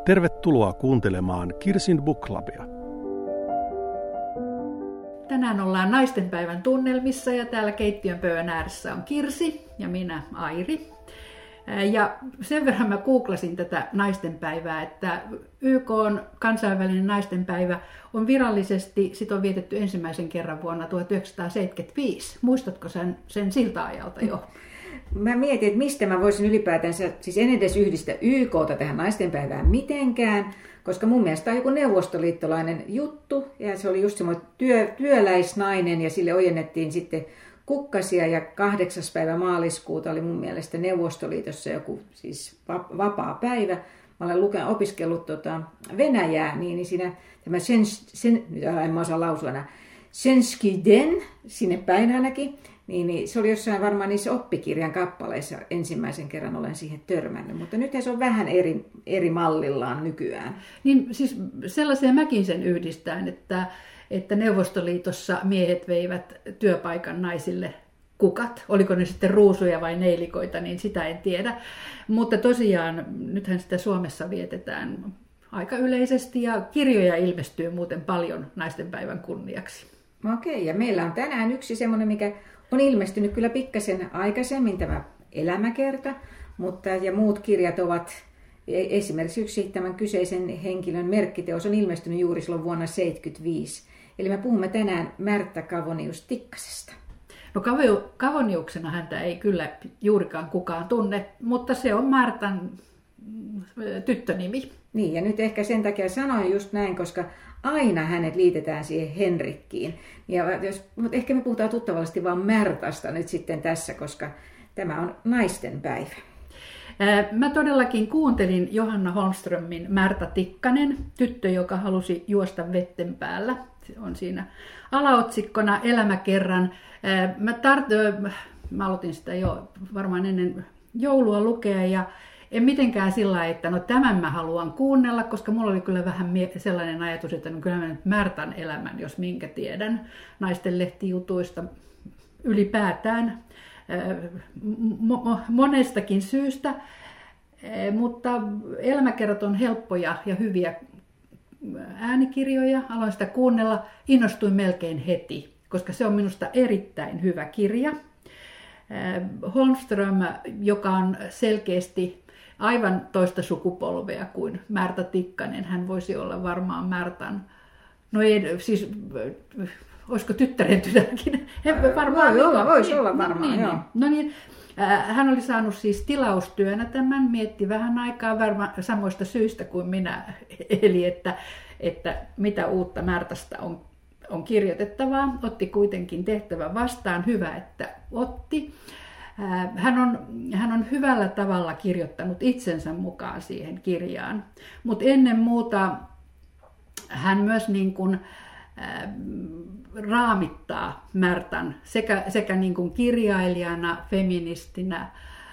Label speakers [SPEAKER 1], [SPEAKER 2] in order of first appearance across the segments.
[SPEAKER 1] Tervetuloa kuuntelemaan Kirsin Book Clubia.
[SPEAKER 2] Tänään ollaan naistenpäivän tunnelmissa ja täällä keittiön pöydän ääressä on Kirsi ja minä Airi. Ja sen verran mä googlasin tätä naistenpäivää, että YK on kansainvälinen naistenpäivä on virallisesti, sit on vietetty ensimmäisen kerran vuonna 1975. Muistatko sen siltä ajalta jo?
[SPEAKER 3] Mä mietin, että mistä mä voisin ylipäätänsä, siis en edes yhdistä YK:ta tähän naistenpäivään mitenkään, koska mun mielestä on joku neuvostoliittolainen juttu, ja se oli just semmoinen työläisnainen, ja sille ojennettiin sitten kukkasia, ja 8. päivä maaliskuuta oli mun mielestä Neuvostoliitossa joku vapaa päivä. Mä olen opiskellut Venäjää, niin siinä tämä en mä osaa lausua enää, Senskiden, sinne päin ainakin, niin se oli jossain varmaan niissä oppikirjan kappaleissa ensimmäisen kerran olen siihen törmännyt, mutta nyt se on vähän eri mallillaan nykyään.
[SPEAKER 2] Niin siis sellaiseen mäkin sen yhdistään, että Neuvostoliitossa miehet veivät työpaikan naisille kukat. Oliko ne sitten ruusuja vai neilikoita, niin sitä en tiedä. Mutta tosiaan nythän sitä Suomessa vietetään aika yleisesti ja kirjoja ilmestyy muuten paljon naistenpäivän kunniaksi.
[SPEAKER 3] Okei, ja meillä on tänään yksi semmoinen, mikä on ilmestynyt kyllä pikkasen aikaisemmin, tämä elämäkerta, ja muut kirjat ovat, esimerkiksi yksi tämän kyseisen henkilön merkkiteos on ilmestynyt juuri silloin vuonna 1975. Eli me puhumme tänään Märta Kavonius-Tikkasesta.
[SPEAKER 2] No Kavoniuksena häntä ei kyllä juurikaan kukaan tunne, mutta se on Märtan tyttönimi.
[SPEAKER 3] Niin, ja nyt ehkä sen takia sanoin just näin, koska aina hänet liitetään siihen Henrikkiin. Mutta ehkä me puhutaan tuttavallisesti vaan Märtasta nyt sitten tässä, koska tämä on naisten päivä.
[SPEAKER 2] Mä todellakin kuuntelin Johanna Holmströmin Märta Tikkanen, tyttö, joka halusi juosta vetten päällä. Se on siinä alaotsikkona elämäkerran. Mä aloitin sitä jo varmaan ennen joulua lukea ja en mitenkään sillä lailla, että no tämän mä haluan kuunnella, koska mulla oli kyllä vähän sellainen ajatus, että no kyllä mä nyt Märtan elämän, jos minkä tiedän, naisten lehtijutuista ylipäätään monestakin syystä, mutta elämäkerrat on helppoja ja hyviä äänikirjoja, aloin sitä kuunnella, innostuin melkein heti, koska se on minusta erittäin hyvä kirja. Holmström, joka on selkeästi aivan toista sukupolvea kuin Märta Tikkanen, hän voisi olla varmaan Märtan, no ei, siis olisiko tyttären tytärkin?
[SPEAKER 3] Voisi olla varmaan, joo.
[SPEAKER 2] No niin, hän oli saanut siis tilaustyönä tämän, mietti vähän aikaa varmaan samoista syistä kuin minä, eli että mitä uutta Märtästä on kirjoitettavaa. Otti kuitenkin tehtävän vastaan, hyvä että otti. Hän on hyvällä tavalla kirjoittanut itsensä mukaan siihen kirjaan, mutta ennen muuta hän myös niin kuin raamittaa Märtan sekä niin kuin kirjailijana, feministinä,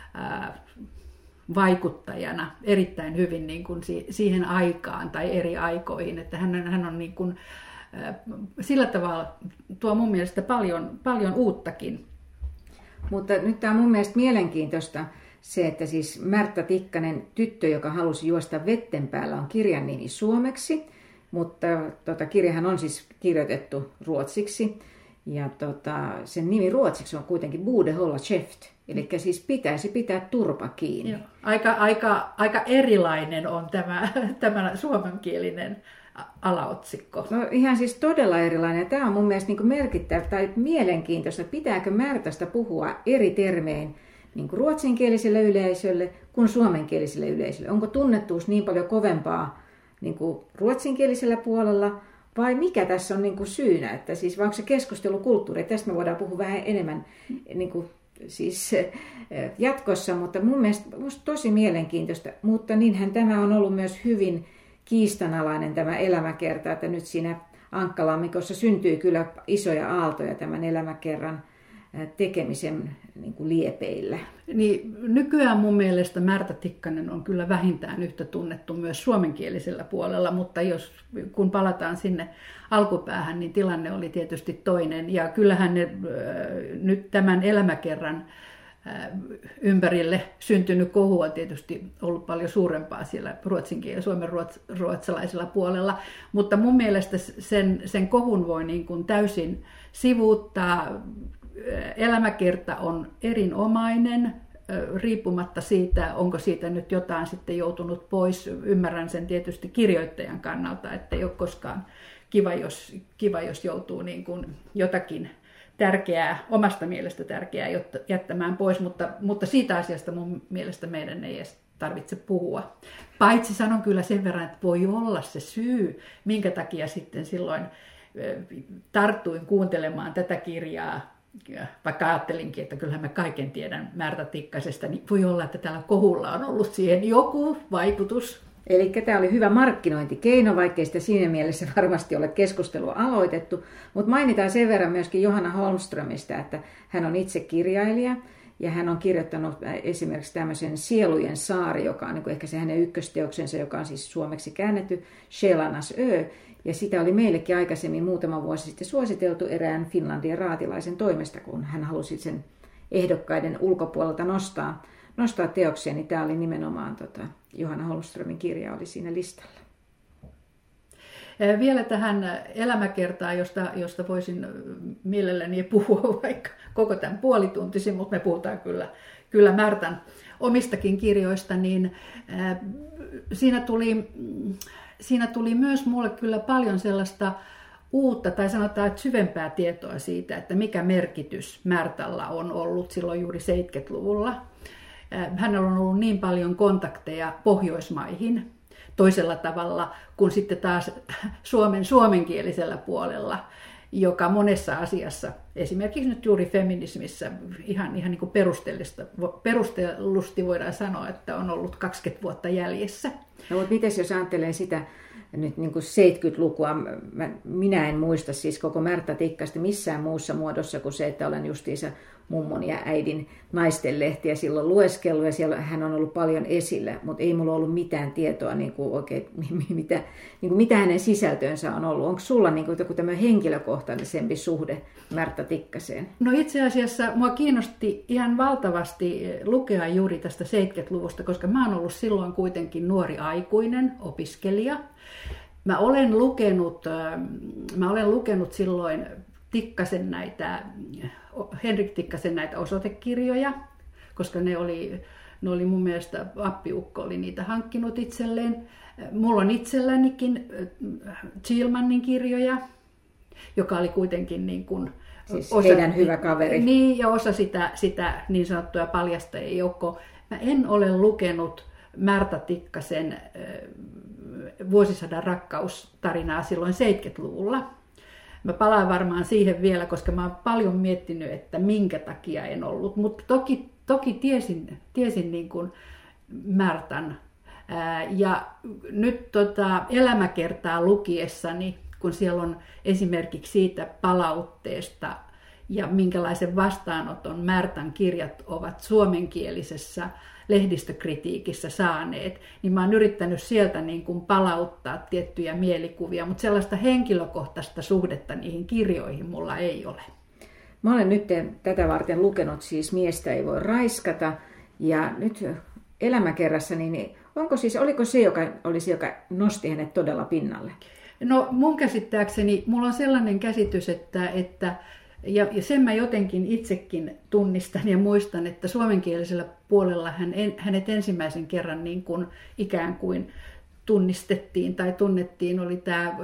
[SPEAKER 2] vaikuttajana erittäin hyvin niin kuin siihen aikaan tai eri aikoihin, että hän on niin kuin, sillä tavalla tuo mun mielestä paljon uuttakin.
[SPEAKER 3] Mutta nyt tämä on mun mielestä mielenkiintoista se, että siis Märta Tikkanen, tyttö, joka halusi juosta vetten päällä, on kirjan nimi suomeksi, mutta kirjahan on siis kirjoitettu ruotsiksi ja sen nimi ruotsiksi on kuitenkin Borde hålla käft, eli siis pitäisi pitää turpa kiinni.
[SPEAKER 2] Joo. Aika erilainen on tämä suomenkielinen alaotsikko.
[SPEAKER 3] No ihan siis todella erilainen. Tämä on mun mielestä niin kuin merkittävä tai mielenkiintoista, että pitääkö Märtästä puhua eri termein niin kuin ruotsinkieliselle yleisölle kuin suomenkieliselle yleisölle. Onko tunnettuus niin paljon kovempaa niin kuin ruotsinkielisellä puolella vai mikä tässä on niin kuin syynä? Että siis onko se keskustelukulttuuri? Tästä me voidaan puhua vähän enemmän niin kuin siis jatkossa, mutta mun mielestä tosi mielenkiintoista. Mutta niinhän tämä on ollut myös hyvin kiistanalainen tämä elämäkerta, että nyt siinä Ankkalammikossa syntyy kyllä isoja aaltoja tämän elämäkerran tekemisen niin kuin liepeillä.
[SPEAKER 2] Niin, nykyään mun mielestä Märta Tikkanen on kyllä vähintään yhtä tunnettu myös suomenkielisellä puolella, mutta kun palataan sinne alkupäähän, niin tilanne oli tietysti toinen. Ja kyllähän nyt tämän elämäkerran ympärille syntynyt kohu on tietysti ollut paljon suurempaa siellä ruotsinkin ja suomen ruotsalaisella puolella, mutta mun mielestä sen kohun voi niin kuin täysin sivuuttaa. Elämäkerta on erinomainen, riippumatta siitä, onko siitä nyt jotain sitten joutunut pois. Ymmärrän sen tietysti kirjoittajan kannalta, että ei ole koskaan kiva, jos joutuu niin kuin jotakin tärkeää, omasta mielestä tärkeää jättämään pois, mutta siitä asiasta mun mielestä meidän ei edes tarvitse puhua. Paitsi sanon kyllä sen verran, että voi olla se syy, minkä takia sitten silloin tarttuin kuuntelemaan tätä kirjaa, vaikka ajattelinkin, että kyllähän mä kaiken tiedän Märta Tikkasesta, niin voi olla, että tällä kohulla on ollut siihen joku vaikutus.
[SPEAKER 3] Eli tämä oli hyvä markkinointikeino, vaikkei sitä siinä mielessä varmasti ole keskustelua aloitettu. Mutta mainitaan sen verran myöskin Johanna Holmströmistä, että hän on itse kirjailija ja hän on kirjoittanut esimerkiksi tämmöisen Sielujen saari, joka on niin kuin ehkä se hänen ykkösteoksensa, joka on siis suomeksi käännetty, Själarnas ö. Ja sitä oli meillekin aikaisemmin muutama vuosi sitten suositeltu erään Finlandia raatilaisen toimesta, kun hän halusi sen ehdokkaiden ulkopuolelta nostaa teoksia, niin tämä oli nimenomaan Johanna Holmströmin kirja oli siinä listalla.
[SPEAKER 2] Vielä tähän elämäkertaan, josta voisin mielelläni puhua vaikka koko tämän puolituntisin, mutta me puhutaan kyllä Märtan omistakin kirjoista, niin siinä tuli myös mulle kyllä paljon sellaista uutta, tai sanotaan, että syvempää tietoa siitä, että mikä merkitys Märtalla on ollut silloin juuri 70-luvulla. Hänellä on ollut niin paljon kontakteja Pohjoismaihin toisella tavalla kuin sitten taas suomenkielisellä puolella, joka monessa asiassa, esimerkiksi nyt juuri feminismissä, ihan niin kuin perustellusti voidaan sanoa, että on ollut 20 vuotta jäljessä.
[SPEAKER 3] No, mutta miten jos ajattelee sitä nyt niin kuin 70-lukua, minä en muista siis koko Märta Tikkasta missään muussa muodossa kuin se, että olen justiinsa mummon ja äidin naistenlehtiä silloin lueskellut ja siellä hän on ollut paljon esillä, mutta ei mulla ollut mitään tietoa niin kuin oikein, mitä hänen sisältönsä on ollut. Onko sulla niin kuin joku tämmöinen henkilökohtaisempi suhde Märta Tikkaseen?
[SPEAKER 2] No itse asiassa mua kiinnosti ihan valtavasti lukea juuri tästä 70-luvusta, koska mä oon ollut silloin kuitenkin nuori aikuinen opiskelija. Mä olen lukenut silloin Henrik Tikkasen näitä osoitekirjoja, koska ne oli mun mielestä, appiukko oli niitä hankkinut itselleen. Mulla on itsellänikin Thielmannin kirjoja, joka oli kuitenkin niin kuin
[SPEAKER 3] siis heidän hyvä kaveri.
[SPEAKER 2] Niin, ja osa sitä niin sanottua paljastajien joukkoa. Mä en ole lukenut Märta Tikkasen vuosisadan rakkaustarinaa silloin 70-luvulla. Mä palaan varmaan siihen vielä, koska mä oon paljon miettinyt, että minkä takia en ollut. Mutta toki tiesin niin kuin Märtan. Ja nyt elämäkertaa lukiessani, kun siellä on esimerkiksi siitä palautteesta ja minkälaisen vastaanoton Märtan kirjat ovat suomenkielisessä lehdistökritiikissä saaneet, niin mä oon yrittänyt sieltä niin kuin palauttaa tiettyjä mielikuvia, mutta sellaista henkilökohtaista suhdetta niihin kirjoihin mulla ei ole.
[SPEAKER 3] Mä olen nyt tätä varten lukenut siis Miestä ei voi raiskata, ja nyt elämäkerrassa, niin oliko se, joka nosti hänet todella pinnalle?
[SPEAKER 2] No mun käsittääkseni, mulla on sellainen käsitys, että ja sen mä jotenkin itsekin tunnistan ja muistan, että suomenkielisellä puolella hänet ensimmäisen kerran niin kuin ikään kuin tunnistettiin tai tunnettiin, oli tämä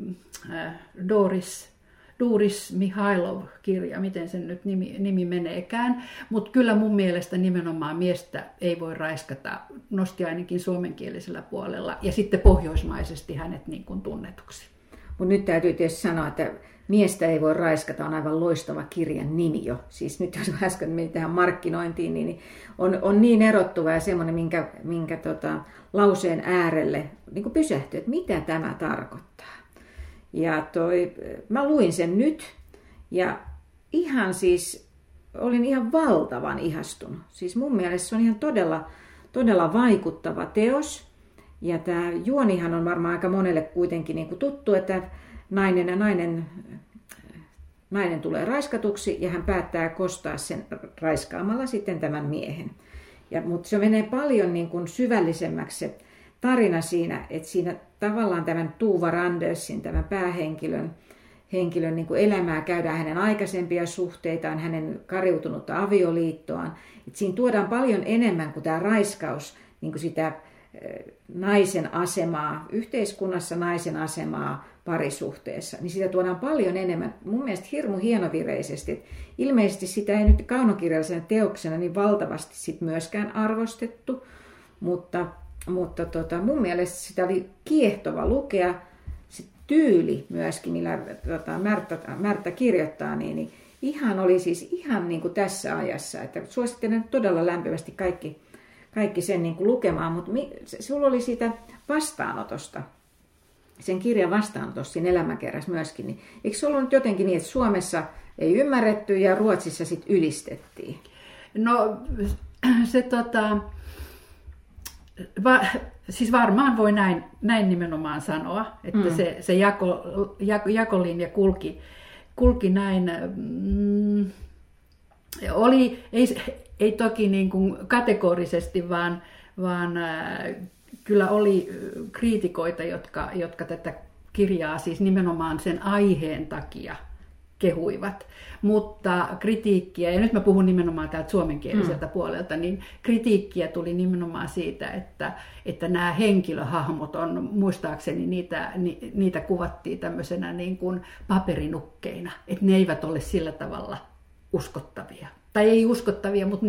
[SPEAKER 2] Doris Mihailov-kirja, miten sen nyt nimi meneekään. Mutta kyllä mun mielestä nimenomaan Miestä ei voi raiskata, nosti ainakin suomenkielisellä puolella ja sitten pohjoismaisesti hänet niin kuin tunnetuksi.
[SPEAKER 3] Mutta nyt täytyy tietysti sanoa, että Miestä ei voi raiskata on aivan loistava kirjan nimi jo. Siis nyt jos äsken meni tähän markkinointiin, niin on niin erottuva ja semmoinen, minkä lauseen äärelle niin pysähtyy, että mitä tämä tarkoittaa. Ja mä luin sen nyt ja olin ihan valtavan ihastunut. Siis mun mielestä se on ihan todella vaikuttava teos. Ja tämä juonihan on varmaan aika monelle kuitenkin niin kuin tuttu, että nainen nainen tulee raiskatuksi ja hän päättää kostaa sen raiskaamalla sitten tämän miehen. Mutta se menee paljon niin kuin syvällisemmäksi se tarina siinä, että siinä tavallaan tämän Tuva Randersin, tämän päähenkilön niin kuin elämää käydään hänen aikaisempia suhteitaan, hänen kariutunutta avioliittoaan. Et siinä tuodaan paljon enemmän kuin tämä raiskaus, niin kuin sitä naisen asemaa yhteiskunnassa, naisen asemaa parisuhteessa, niin sitä tuodaan paljon enemmän. Mun mielestä hirmu hienovireisesti. Ilmeisesti sitä ei nyt kaunokirjallisena teoksena niin valtavasti sit myöskään arvostettu, mutta mun mielestä sitä oli kiehtova lukea. Se tyyli myöskin, millä Märtä kirjoittaa, niin oli siis ihan niin kuin tässä ajassa. Että suosittelen todella lämpimästi kaikki sen niin kuin lukemaan, mutta sulla oli siitä vastaanotosta, sen kirjan vastaanotossa siinä elämäkerrassa myöskin, niin eikö se ollut nyt jotenkin niin, että Suomessa ei ymmärretty ja Ruotsissa sitten ylistettiin?
[SPEAKER 2] No se siis varmaan voi näin nimenomaan sanoa, että se jakolinja kulki näin. Ei toki niin kuin kategorisesti, vaan kyllä oli kriitikoita, jotka tätä kirjaa siis nimenomaan sen aiheen takia kehuivat. Mutta kritiikkiä, ja nyt mä puhun nimenomaan täältä suomenkieliseltä puolelta, niin kritiikkiä tuli nimenomaan siitä, että nämä henkilöhahmot on, muistaakseni niitä kuvattiin tämmöisenä niin kuin paperinukkeina, että ne eivät ole sillä tavalla uskottavia. Tai ei uskottavia, mutta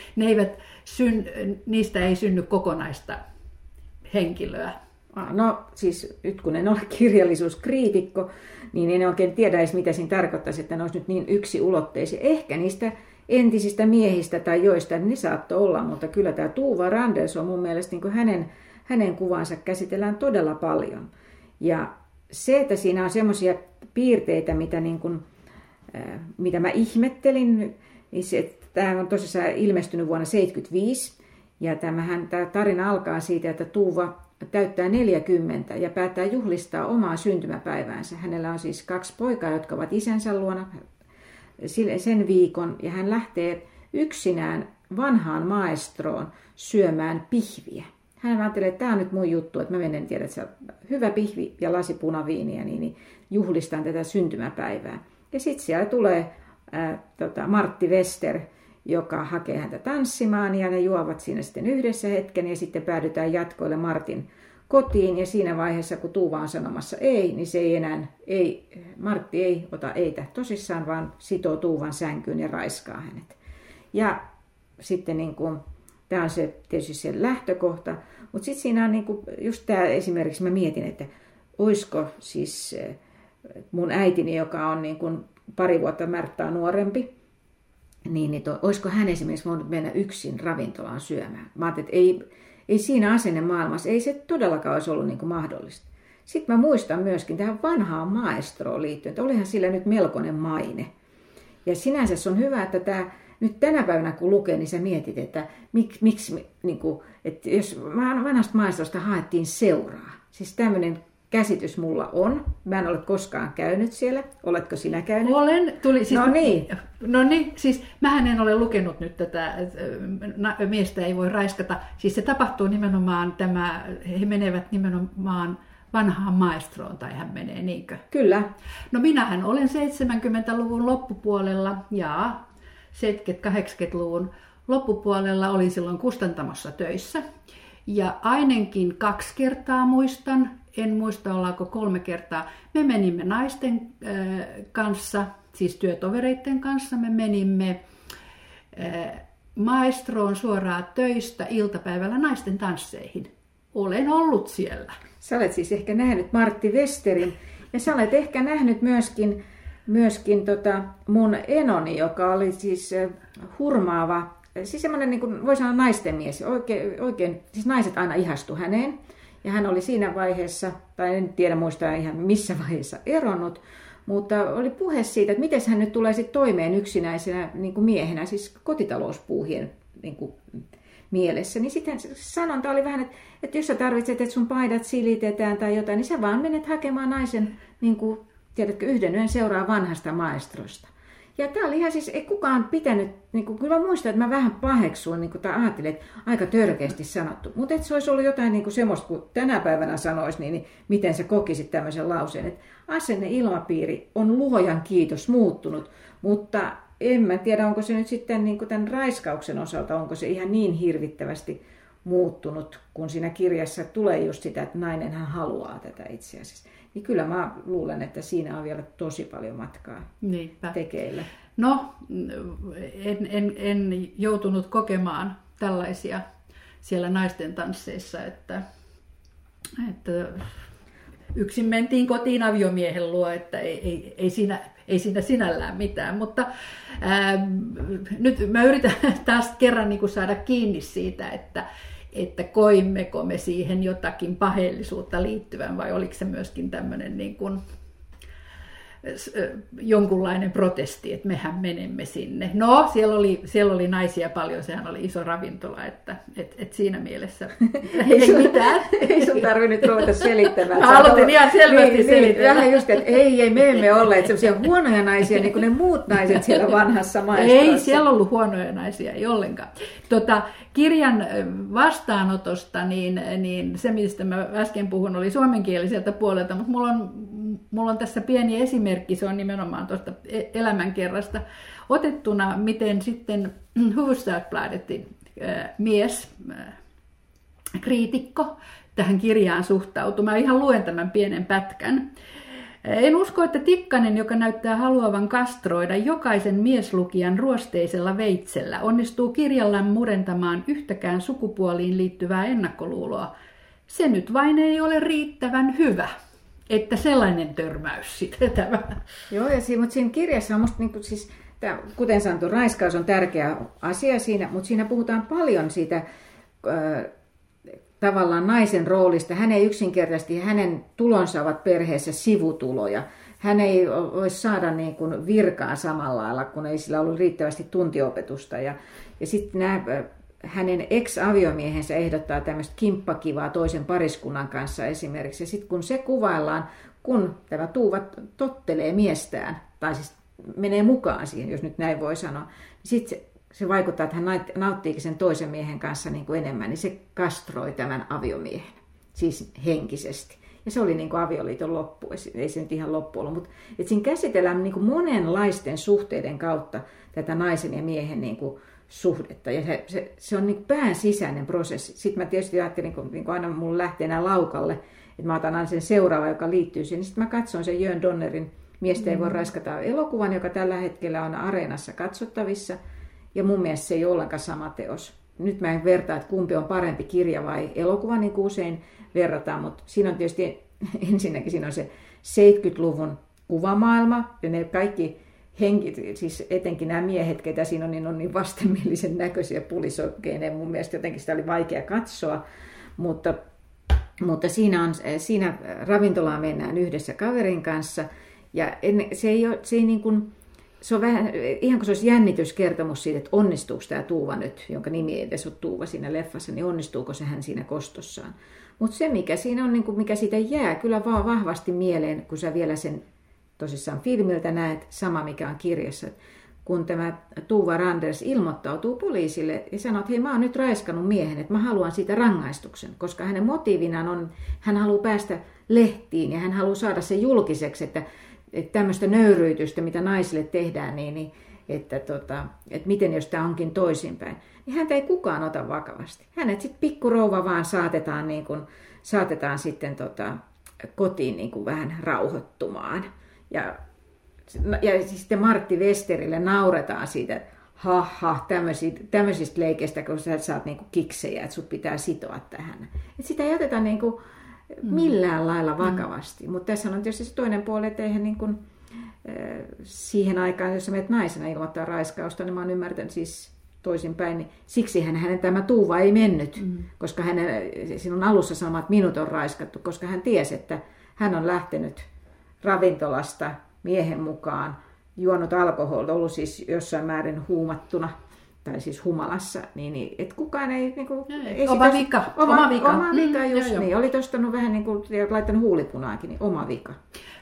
[SPEAKER 2] niistä ei synny kokonaista henkilöä.
[SPEAKER 3] No siis nyt kun en ole kirjallisuuskriitikko, niin en oikein tiedä edes mitä siinä tarkoittaisi, että ne olisi nyt niin yksiulotteisia. Ehkä niistä entisistä miehistä tai joista ne saattoi olla, mutta kyllä tämä Tuva Randers on mun mielestä niin kuin hänen kuvansa käsitellään todella paljon. Ja se, että siinä on semmoisia piirteitä, mitä mä ihmettelin, niin tämä on tosissaan ilmestynyt vuonna 1975, ja tämä tarina alkaa siitä, että Tuva täyttää 40 ja päättää juhlistaa omaa syntymäpäiväänsä. Hänellä on siis 2 poikaa, jotka ovat isänsä luona sen viikon, ja hän lähtee yksinään vanhaan maestroon syömään pihviä. Hän ajattelee, että tämä on nyt mun juttu, että mä menen tiedä, että se on hyvä pihvi ja lasi punaviiniä, niin juhlistan tätä syntymäpäivää. Ja sitten siellä tulee Martti Wester, joka hakee häntä tanssimaan, ja ne juovat siinä sitten yhdessä hetken, ja sitten päädytään jatkoille Martin kotiin, ja siinä vaiheessa, kun Tuva on sanomassa ei, niin se Martti ei ota eitä tosissaan, vaan sitoo Tuvan sänkyyn ja raiskaa hänet. Ja sitten tämä on tietysti se lähtökohta, mutta sitten siinä on just tämä esimerkiksi, mä mietin, että olisiko siis mun äitini, joka on pari vuotta Märttaa nuorempi, niin olisiko hän esimerkiksi voinut mennä yksin ravintolaan syömään. Mä ajattelin, että ei siinä asennemaailmassa, ei se todellakaan olisi ollut mahdollista. Sitten mä muistan myöskin tähän vanhaan maestroon liittyen, että olihan sillä nyt melkoinen maine. Ja sinänsä se on hyvä, että nyt tänä päivänä kun lukee, niin sä mietit, että miksi, että jos vanhasta maestrosta haettiin seuraa. Siis tämmöinen käsitys mulla on. Mä en ole koskaan käynyt siellä. Oletko sinä käynyt?
[SPEAKER 2] Olen.
[SPEAKER 3] No niin.
[SPEAKER 2] Siis mähän en ole lukenut nyt tätä Miestä ei voi raiskata. Siis se tapahtuu nimenomaan he menevät nimenomaan vanhaan maestroon, tai hän menee, niinkö?
[SPEAKER 3] Kyllä.
[SPEAKER 2] No minähän olen 70-luvun loppupuolella ja 70-80-luvun loppupuolella olin silloin kustantamossa töissä. Ja ainakin 2 kertaa muistan, en muista ollaanko 3 kertaa, me menimme naisten kanssa, siis työtovereiden kanssa, me menimme maestroon suoraan töistä iltapäivällä naisten tansseihin. Olen ollut siellä.
[SPEAKER 3] Sä olet siis ehkä nähnyt Martti Westerin, ja sä olet ehkä nähnyt myöskin mun enoni, joka oli siis hurmaava, siis semmoinen, niin kuin voi sanoa naisten mies, oikein, siis naiset aina ihastu häneen. Ja hän oli siinä vaiheessa, tai en tiedä muista ihan missä vaiheessa eronnut, mutta oli puhe siitä, että miten hän nyt tulee sitten toimeen yksinäisenä miehenä, siis kotitalouspuuhien mielessä. Niin sitten sanonta oli vähän, että jos sä tarvitset, että sun paidat silitetään tai jotain, niin sä vaan menet hakemaan naisen tiedätkö, yhden yön seuraa vanhasta maestrosta. Ja tämä oli ihan siis, ei kukaan pitänyt, niin kuin, kyllä mä muistan, että mä vähän paheksuin, niin kuin, tai ajattelin, että aika törkeästi sanottu. Mutta se olisi ollut jotain niin kuin semmoista, kun tänä päivänä sanoisi, niin miten sä kokisit tämmöisen lauseen. Että asenneilmapiiri on luojan kiitos muuttunut, mutta en mä tiedä, onko se nyt sitten niin kuin tämän raiskauksen osalta, onko se ihan niin hirvittävästi muuttunut, kun siinä kirjassa tulee just sitä, että nainenhan haluaa tätä itse asiassa. Niin kyllä mä luulen, että siinä on vielä tosi paljon matkaa tekeillä.
[SPEAKER 2] No, en joutunut kokemaan tällaisia siellä naisten tansseissa, että yksin mentiin kotiin aviomiehen luo, että ei siinä sinällään mitään. Mutta nyt mä yritän taas kerran niin kuin saada kiinni siitä, että koimmeko me siihen jotakin paheellisuutta liittyvän vai oliko se myöskin tämmöinen niin kuin jonkunlainen protesti, että mehän menemme sinne. No, siellä oli naisia paljon, sehän oli iso ravintola, että siinä mielessä ei mitään.
[SPEAKER 3] Ei sun tarvinnut ruveta selittämään.
[SPEAKER 2] Mä aloitin ihan selvästi selittämään.
[SPEAKER 3] Vähän just, että ei, me emme olleet sellaisia huonoja naisia, niin kuin ne muut naiset siellä vanhassa maestrassa.
[SPEAKER 2] Ei siellä ollut huonoja naisia, ei ollenkaan. Kirjan vastaanotosta, niin se, mistä mä äsken puhun, oli suomenkieliseltä puolelta, mutta mulla on tässä pieni esimerkki, se on nimenomaan tuosta elämänkerrasta otettuna, miten sitten Hufvudstadsbladetin kriitikko tähän kirjaan suhtautuu. Mä ihan luen tämän pienen pätkän. En usko, että Tikkanen, joka näyttää haluavan kastroida jokaisen mieslukijan ruosteisella veitsellä, onnistuu kirjallaan murentamaan yhtäkään sukupuoliin liittyvää ennakkoluuloa. Se nyt vain ei ole riittävän hyvä. Että sellainen törmäys sitten tämä.
[SPEAKER 3] Joo, mutta siinä kirjassa on musta, niin kuin, siis, kuten sanottu, raiskaus on tärkeä asia siinä, mutta siinä puhutaan paljon siitä tavallaan naisen roolista. Hän ei yksinkertaisesti, hänen tulonsa ovat perheessä sivutuloja. Hän ei voisi saada niin kuin virkaa samalla lailla, kun ei sillä ollut riittävästi tuntiopetusta. Ja sitten hänen ex-aviomiehensä ehdottaa tämmöistä kimppakivaa toisen pariskunnan kanssa esimerkiksi. Ja sitten kun se kuvaillaan, kun tämä Tuuva tottelee miestään, tai siis menee mukaan siihen, jos nyt näin voi sanoa, niin sitten se vaikuttaa, että hän nauttiikin sen toisen miehen kanssa niin kuin enemmän, niin se kastroi tämän aviomiehen, siis henkisesti. Ja se oli niin kuin avioliiton loppu, ei se nyt ihan loppu ollut, mutta että siinä käsitellään niin kuin monenlaisten suhteiden kautta tätä naisen ja miehen niin kuin suhdetta. Ja se on niin kuin pään sisäinen prosessi. Sitten mä tietysti ajattelin, niin kuin aina mulla lähtee nämä laukalle, että mä otan aina sen seuraava, joka liittyy siihen. Niin sitten mä katson sen Jön Donnerin Miestä ei voi raiskata elokuvan, joka tällä hetkellä on Areenassa katsottavissa. Ja mun mielestä se ei ole ollenkaan sama teos. Nyt mä en vertaa, että kumpi on parempi kirja vai elokuva, niin kuin usein verrataan. Mutta siinä on tietysti ensinnäkin siinä on se 70-luvun kuvamaailma ja ne kaikki henkit, siis etenkin nämä miehet, ketä siinä on, niin on niin vastenmielisen näköisiä pulisokkeineen. Mun mielestä jotenkin sitä oli vaikea katsoa, mutta siinä ravintolaan mennään yhdessä kaverin kanssa. Ja se ei niin kuin, se on vähän, ihan kuin se olisi jännityskertomus siitä, että onnistuuko tämä Tuuva nyt, jonka nimi ei edes ole Tuuva siinä leffassa, niin onnistuuko se hän siinä kostossaan. Mutta se, mikä siinä on, niin kuin, mikä siitä jää kyllä vaan vahvasti mieleen, kun sä vielä sen tosissaan filmiltä näet, sama mikä on kirjassa, kun tämä Tuuva Randers ilmoittautuu poliisille ja sanoo, että hei, mä oon nyt raiskannut miehen, että mä haluan siitä rangaistuksen, koska hänen motiivinaan on, hän haluaa päästä lehtiin ja hän haluaa saada sen julkiseksi, että tämmöistä nöyryytystä, mitä naisille tehdään, että miten jos tämä onkin toisinpäin, niin häntä ei kukaan ota vakavasti. Hänet sitten pikkurouva vaan saatetaan sitten kotiin niin kuin vähän rauhoittumaan. Ja sitten Martti Westerille nauretaan siitä, että tämmöisistä leikeistä, kun sä saat niin kuin kiksejä, että sut pitää sitoa tähän. Et sitä ei oteta niin kuin millään lailla vakavasti. Mutta tässä on tietysti se toinen puoli, että eihän niin kuin, siihen aikaan, jos sä menet naisena ilmoittaa raiskausta, niin mä oon ymmärtänyt siis toisinpäin, niin siksi hänen tämä Tuuva ei mennyt, koska siinä on alussa sanoma, että minut on raiskattu, koska hän tiesi, että hän on lähtenyt ravintolasta miehen mukaan, juonut alkoholia, ollut siis jossain määrin huumattuna, tai siis humalassa, niin että kukaan ei... Niin kuin,
[SPEAKER 2] oma vika.
[SPEAKER 3] Oma vika, just niin. Oli tostanut vähän niin kuin, laittanut huulipunaakin, niin oma vika.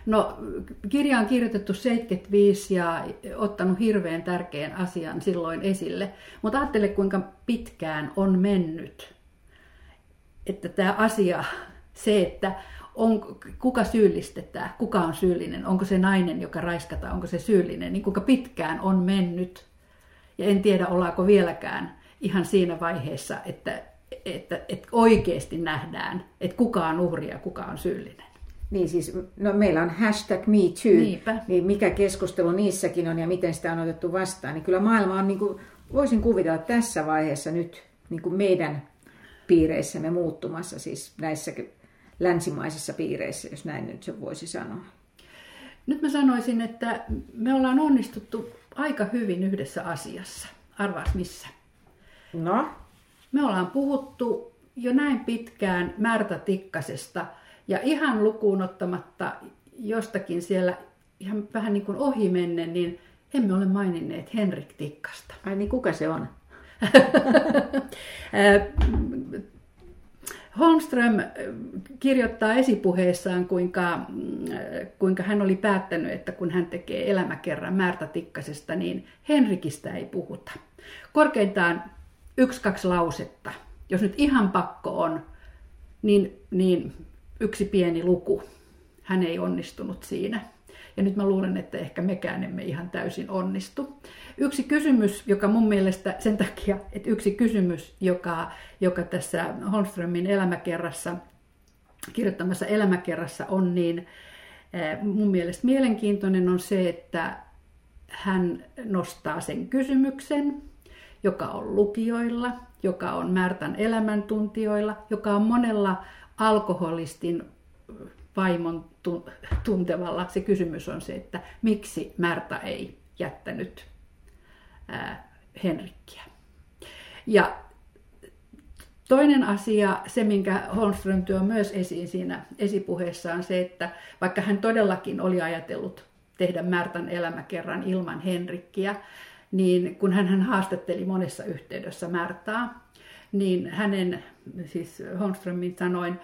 [SPEAKER 2] No, kirja on kirjoitettu 75 ja ottanut hirveän tärkeän asian silloin esille. Mutta ajattele, kuinka pitkään on mennyt, että tämä asia, se, että kuka syyllistetään, kuka on syyllinen, onko se nainen, joka raiskataan, onko se syyllinen, niin kuinka pitkään on mennyt. Ja en tiedä, ollaanko vieläkään ihan siinä vaiheessa, että oikeasti nähdään, että kuka on uhri ja kuka on syyllinen.
[SPEAKER 3] Niin siis, no meillä on #MeToo,
[SPEAKER 2] Niinpä.
[SPEAKER 3] Niin mikä keskustelu niissäkin on ja miten sitä on otettu vastaan. Niin kyllä maailma on, niin kuin, voisin kuvitella tässä vaiheessa nyt niin kuin meidän piireissämme muuttumassa, siis näissä länsimaisissa piireissä, jos näin nyt se voisi sanoa.
[SPEAKER 2] Nyt mä sanoisin, että me ollaan onnistuttu aika hyvin yhdessä asiassa. Arvaas missä?
[SPEAKER 3] No?
[SPEAKER 2] Me ollaan puhuttu jo näin pitkään Märta Tikkasesta ja ihan lukuun ottamatta jostakin siellä ihan vähän niin kuin ohimennen, niin emme ole maininneet Henrik Tikkasta.
[SPEAKER 3] Ai niin, kuka se on?
[SPEAKER 2] Holmström kirjoittaa esipuheessaan, kuinka hän oli päättänyt, että kun hän tekee elämäkerran Märta Tikkasesta, niin Henrikistä ei puhuta. Korkeintaan 1-2 lausetta. Jos nyt ihan pakko on, niin yksi pieni luku. Hän ei onnistunut siinä. Ja nyt mä luulen, että ehkä mekään emme ihan täysin onnistu. Yksi kysymys, joka mun mielestä sen takia, että yksi kysymys, joka tässä Holmströmin kirjoittamassa elämäkerrassa on, niin mun mielestä mielenkiintoinen on se, että hän nostaa sen kysymyksen, joka on lukijoilla, joka on Märtan elämäntuntijoilla, joka on monella alkoholistin vaimon tuntevalla. Se kysymys on se, että miksi Märta ei jättänyt Henrikkiä. Ja toinen asia, se minkä Holmström tuo myös esiin siinä esipuheessa, on se, että vaikka hän todellakin oli ajatellut tehdä Märtan elämäkerran ilman Henrikkiä, niin kun hän haastatteli monessa yhteydessä Märtaa, niin siis Holmströmin sanoin,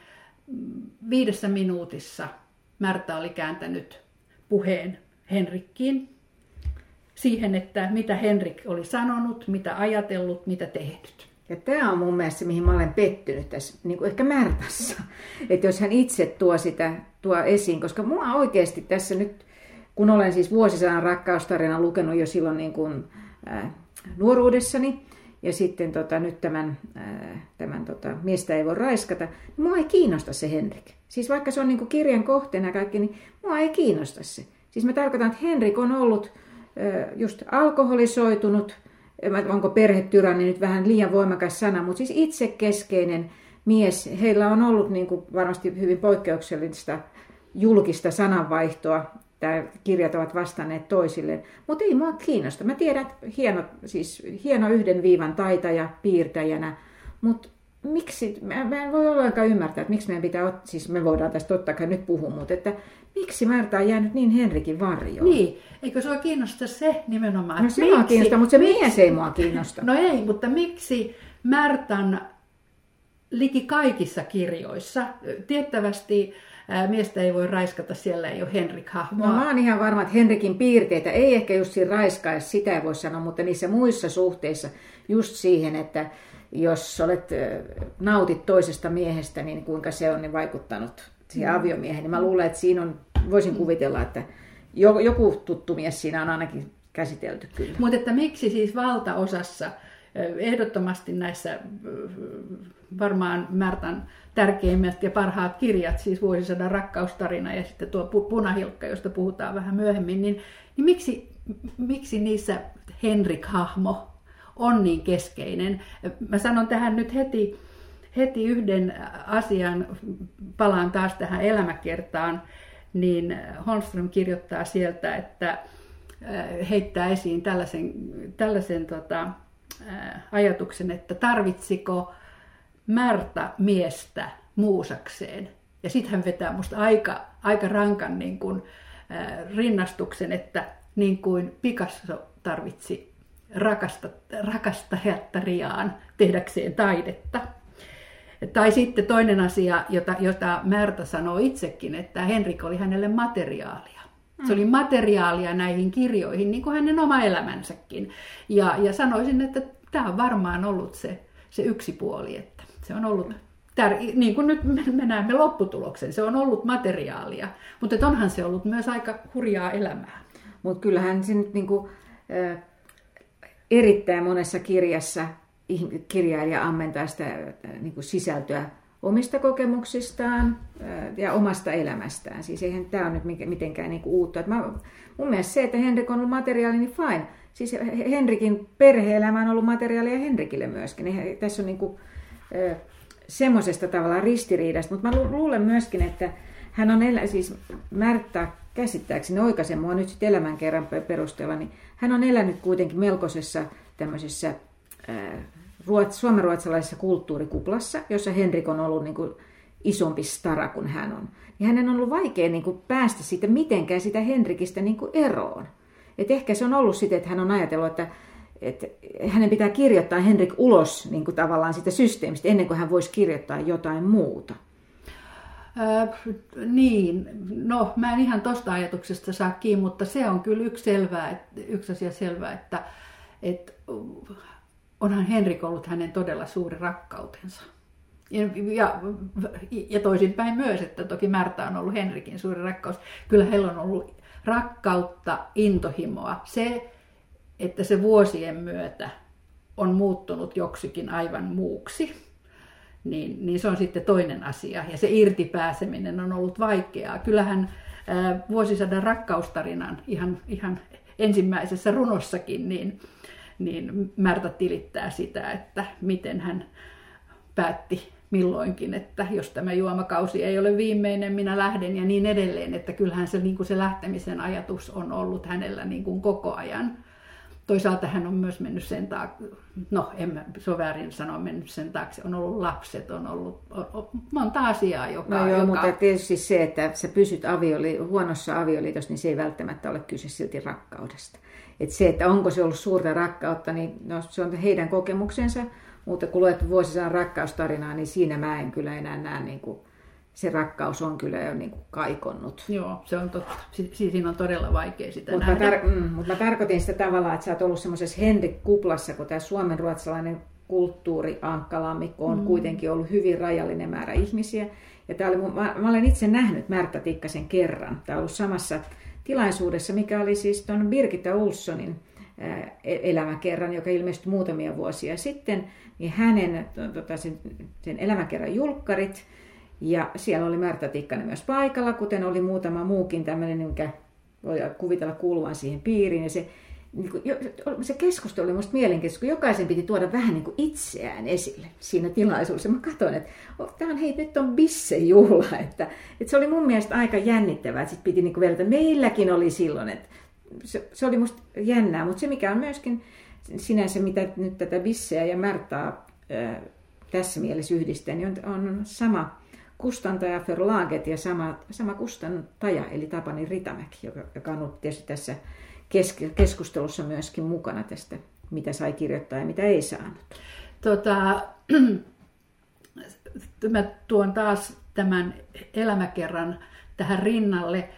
[SPEAKER 2] 5 minuutissa Märta oli kääntänyt puheen Henrikkiin, siihen, että mitä Henrik oli sanonut, mitä ajatellut, mitä tehnyt.
[SPEAKER 3] Ja tämä on mun mielestä se, mihin mä olen pettynyt tässä, niin kuin ehkä Märtassa. Että jos hän itse tuo esiin, koska mua oikeasti tässä nyt, kun olen siis vuosisadan rakkaustarinan lukenut jo silloin niin kuin, nuoruudessani, ja sitten nyt tämän Miestä ei voi raiskata, niin mua ei kiinnosta se Henrik. Siis vaikka se on niin kuin kirjan kohteena kaikki, niin mua ei kiinnosta se. Siis mä tarkoitan, että Henrik on ollut just alkoholisoitunut, onko perhetyranni nyt vähän liian voimakas sana, mutta siis itsekeskeinen mies. Heillä on ollut niin kuin varmasti hyvin poikkeuksellista julkista sananvaihtoa. Tämä kirjat ovat vastanneet toisilleen, mutta ei mua kiinnosta. Mä tiedän, että hieno yhden viivan taitaja piirtäjänä, mutta miksi, mä en voi ollenkaan ymmärtää, että miksi meidän pitää, siis me voidaan tästä totta kai nyt puhua, mutta että miksi Märta on jäänyt niin Henrikin varjoon?
[SPEAKER 2] Niin, eikö sua kiinnosta se nimenomaan?
[SPEAKER 3] No se mua kiinnostaa, mutta se mies ei mua kiinnosta.
[SPEAKER 2] No ei, mutta miksi Märtan liki kaikissa kirjoissa, tiettävästi Miestä ei voi raiskata, siellä ei ole Henrik-hahmoa.
[SPEAKER 3] No mä oon ihan varma, että Henrikin piirteitä ei ehkä just siinä raiskaessa, sitä ei voi sanoa, mutta niissä muissa suhteissa just siihen, että jos nautit toisesta miehestä, niin kuinka se on niin vaikuttanut siihen aviomiehen. Niin mä luulen, että siinä on, voisin kuvitella, että joku tuttu mies siinä on ainakin käsitelty kyllä.
[SPEAKER 2] Mutta että miksi siis valtaosassa, ehdottomasti näissä varmaan Märtan tärkeimmät ja parhaat kirjat, siis Vuosisadan rakkaustarina ja sitten tuo Punahilkka, josta puhutaan vähän myöhemmin, niin miksi niissä Henrik-hahmo on niin keskeinen? Mä sanon tähän nyt heti yhden asian, palaan taas tähän elämäkertaan, niin Holmström kirjoittaa sieltä, että heittää esiin tällaisen ajatuksen, että tarvitsiko Märta miestä muusakseen. Ja sitten hän vetää musta aika rankan niin kuin, rinnastuksen, että niin kuin Picasso tarvitsi rakastajattariaan tehdäkseen taidetta. Tai sitten toinen asia, jota Märta sanoo itsekin, että Henrik oli hänelle materiaalia. Se oli materiaalia näihin kirjoihin, niin kuin hänen oma elämänsäkin. Ja sanoisin, että tämä on varmaan ollut se yksi puoli, että se on ollut, niin kuin nyt me näemme lopputuloksen, se on ollut materiaalia, mutta onhan se ollut myös aika hurjaa elämää.
[SPEAKER 3] Mutta kyllähän se nyt niinku, erittäin monessa kirjassa kirjailija ammentaa sitä niinku sisältöä omista kokemuksistaan ja omasta elämästään. Siis eihän tämä ole nyt mitenkään niinku uutta. Mun mielestä se, että Henrik on ollut materiaali, niin fine. Siis Henrikin perhe-elämä on ollut materiaalia Henrikille myöskin. Tässä on niinku, semmoisesta tavallaan ristiriidasta, mutta mä luulen myöskin, että hän on, siis Märta käsittääkseni oikaisen mua nyt sitten elämänkerran perusteella, niin hän on elänyt kuitenkin melkoisessa tämmöisessä suomenruotsalaisessa kulttuurikuplassa, jossa Henrik on ollut niin kuin isompi stara kuin hän on. Ja hänen on ollut vaikea niin kuin päästä siitä mitenkään sitä Henrikistä niin kuin eroon. Et ehkä se on ollut sitten, että hän on ajatellut, että hänen pitää kirjoittaa Henrik ulos niin kuin tavallaan siitä systeemistä ennen kuin hän voisi kirjoittaa jotain muuta.
[SPEAKER 2] Niin, no mä en ihan tosta ajatuksesta saa kiinni, mutta se on kyllä yksi asia selvää, että onhan Henrik ollut hänen todella suuri rakkautensa. Ja toisinpäin myös, että toki Märta on ollut Henrikin suuri rakkaus. Kyllä heillä on ollut rakkautta, intohimoa. Se, että se vuosien myötä on muuttunut joksikin aivan muuksi, niin se on sitten toinen asia. Ja se irtipääseminen on ollut vaikeaa. Kyllähän vuosisadan rakkaustarinan ihan ensimmäisessä runossakin, niin Märta tilittää sitä, että miten hän päätti milloinkin, että jos tämä juomakausi ei ole viimeinen, minä lähden ja niin edelleen. Että kyllähän se, niin kuin se lähtemisen ajatus on ollut hänellä niin kuin koko ajan. Toisaalta hän on myös mennyt sen taakse, no se on väärin sanoa mennyt sen taakse, on ollut lapset, on ollut monta asiaa, joka...
[SPEAKER 3] No joo, mutta tietysti se, että sä pysyt huonossa avioliitossa, niin se ei välttämättä ole kyse silti rakkaudesta. Että se, että onko se ollut suurta rakkautta, niin no, se on heidän kokemuksensa, mutta kun luet vuosisadan rakkaustarinaa, niin siinä mä en kyllä enää näe, niin kuin, se rakkaus on kyllä jo niin kuin kaikonnut.
[SPEAKER 2] Joo, se on totta. Siinä on todella vaikea sitä nähdä.
[SPEAKER 3] Mutta mä tarkoitin sitä tavallaan, että sä oot ollut semmoisessa Henrik-kuplassa, kun tämä suomenruotsalainen kulttuuriankkalammikko on kuitenkin ollut hyvin rajallinen määrä ihmisiä. Ja mä olen itse nähnyt Märta Tikkasen kerran. Tämä on ollut samassa tilaisuudessa, mikä oli siis tuon Birgitta Olssonin elämäkerran, joka ilmestyi muutamia vuosia sitten, niin hänen sen elämäkerran julkkarit, ja siellä oli Märta Tikkanen myös paikalla, kuten oli muutama muukin tämmöinen, mikä voi kuvitella kuuluvan siihen piiriin, ja se keskustelu oli musta mielenkiintoista, kun jokaisen piti tuoda vähän niin kuin itseään esille siinä tilaisuudessa. Mä katsoin, että nyt on bissejuhla, että se oli mun mielestä aika jännittävää, että sit piti niin kuin vielä, että meilläkin oli silloin, että se oli musta jännää, mutta se mikä on myöskin sinänsä, mitä nyt tätä bisseä ja Märtaa tässä mielessä yhdistää, niin on sama kustantaja Förlaget ja sama kustantaja, eli Tapani Ritamäki, joka on ollut tietysti tässä keskustelussa myöskin mukana tästä, mitä sai kirjoittaa ja mitä ei saanut.
[SPEAKER 2] Mä tuon taas tämän elämäkerran tähän rinnalle,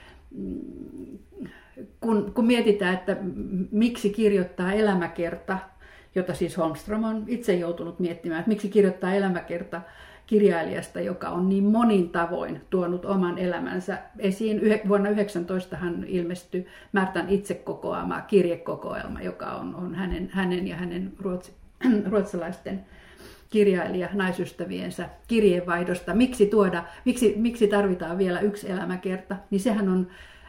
[SPEAKER 2] kun mietitään, että miksi kirjoittaa elämäkerta, jota siis Holmström on itse joutunut miettimään, että miksi kirjoittaa elämäkerta kirjailijasta, joka on niin monin tavoin tuonut oman elämänsä esiin. Vuonna 1919 hän ilmestyi Märtan itse kokoama kirjekokoelma, joka on hänen ja hänen ruotsalaisten kirjailija-naisystäviensä kirjeenvaihdosta. Miksi tarvitaan vielä yksi elämäkerta? Niin sehän on,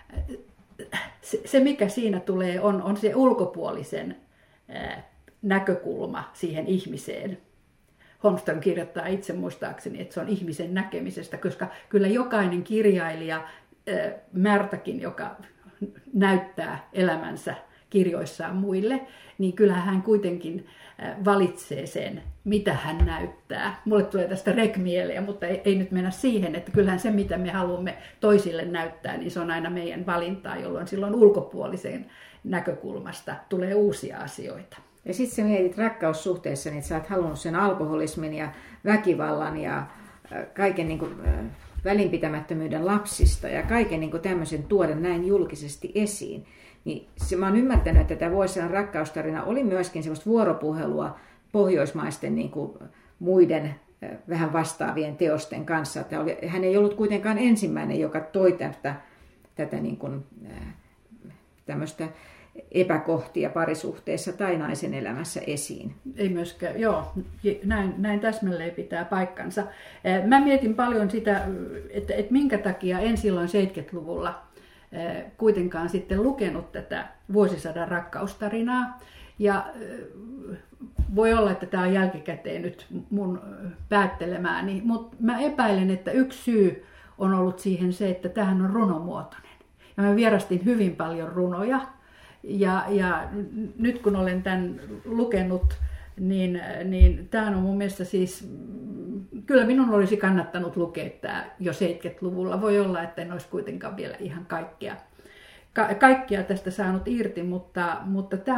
[SPEAKER 2] se mikä siinä tulee, on se ulkopuolisen näkökulma siihen ihmiseen. Holmström kirjoittaa itse muistaakseni, että se on ihmisen näkemisestä, koska kyllä jokainen kirjailija, Märtäkin, joka näyttää elämänsä kirjoissaan muille, niin kyllähän hän kuitenkin valitsee sen, mitä hän näyttää. Mulle tulee tästä rek-mieleen, mutta ei nyt mennä siihen, että kyllähän se, mitä me haluamme toisille näyttää, niin se on aina meidän valintaa, jolloin silloin ulkopuolisen näkökulmasta tulee uusia asioita.
[SPEAKER 3] Ja sitten sä mietit rakkaussuhteessa, niin sä oot halunnut sen alkoholismin ja väkivallan ja kaiken niin kuin, välinpitämättömyyden lapsista ja kaiken niin kuin tämmöisen tuoda näin julkisesti esiin. Niin mä oon ymmärtänyt, että tämä Vuosisadan rakkaustarina oli myöskin semmoista vuoropuhelua pohjoismaisten niin kuin muiden vähän vastaavien teosten kanssa. Hän ei ollut kuitenkaan ensimmäinen, joka toi tätä niin kuin, tämmöistä epäkohtia parisuhteessa tai naisen elämässä esiin.
[SPEAKER 2] Ei myöskään, joo, näin täsmälleen pitää paikkansa. Mä mietin paljon sitä, että minkä takia en silloin 70-luvulla kuitenkaan sitten lukenut tätä Vuosisadan rakkaustarinaa. Ja voi olla, että tämä on jälkikäteen nyt mun päättelemääni, mutta mä epäilen, että yksi syy on ollut siihen se, että tämähän on runomuotoinen. Ja mä vierastin hyvin paljon runoja. Ja nyt kun olen tämän lukenut, niin tämä on mun mielestä siis, kyllä minun olisi kannattanut lukea tämä jo 70-luvulla. Voi olla, että en olisi kuitenkaan vielä ihan kaikkia tästä saanut irti, mutta tämä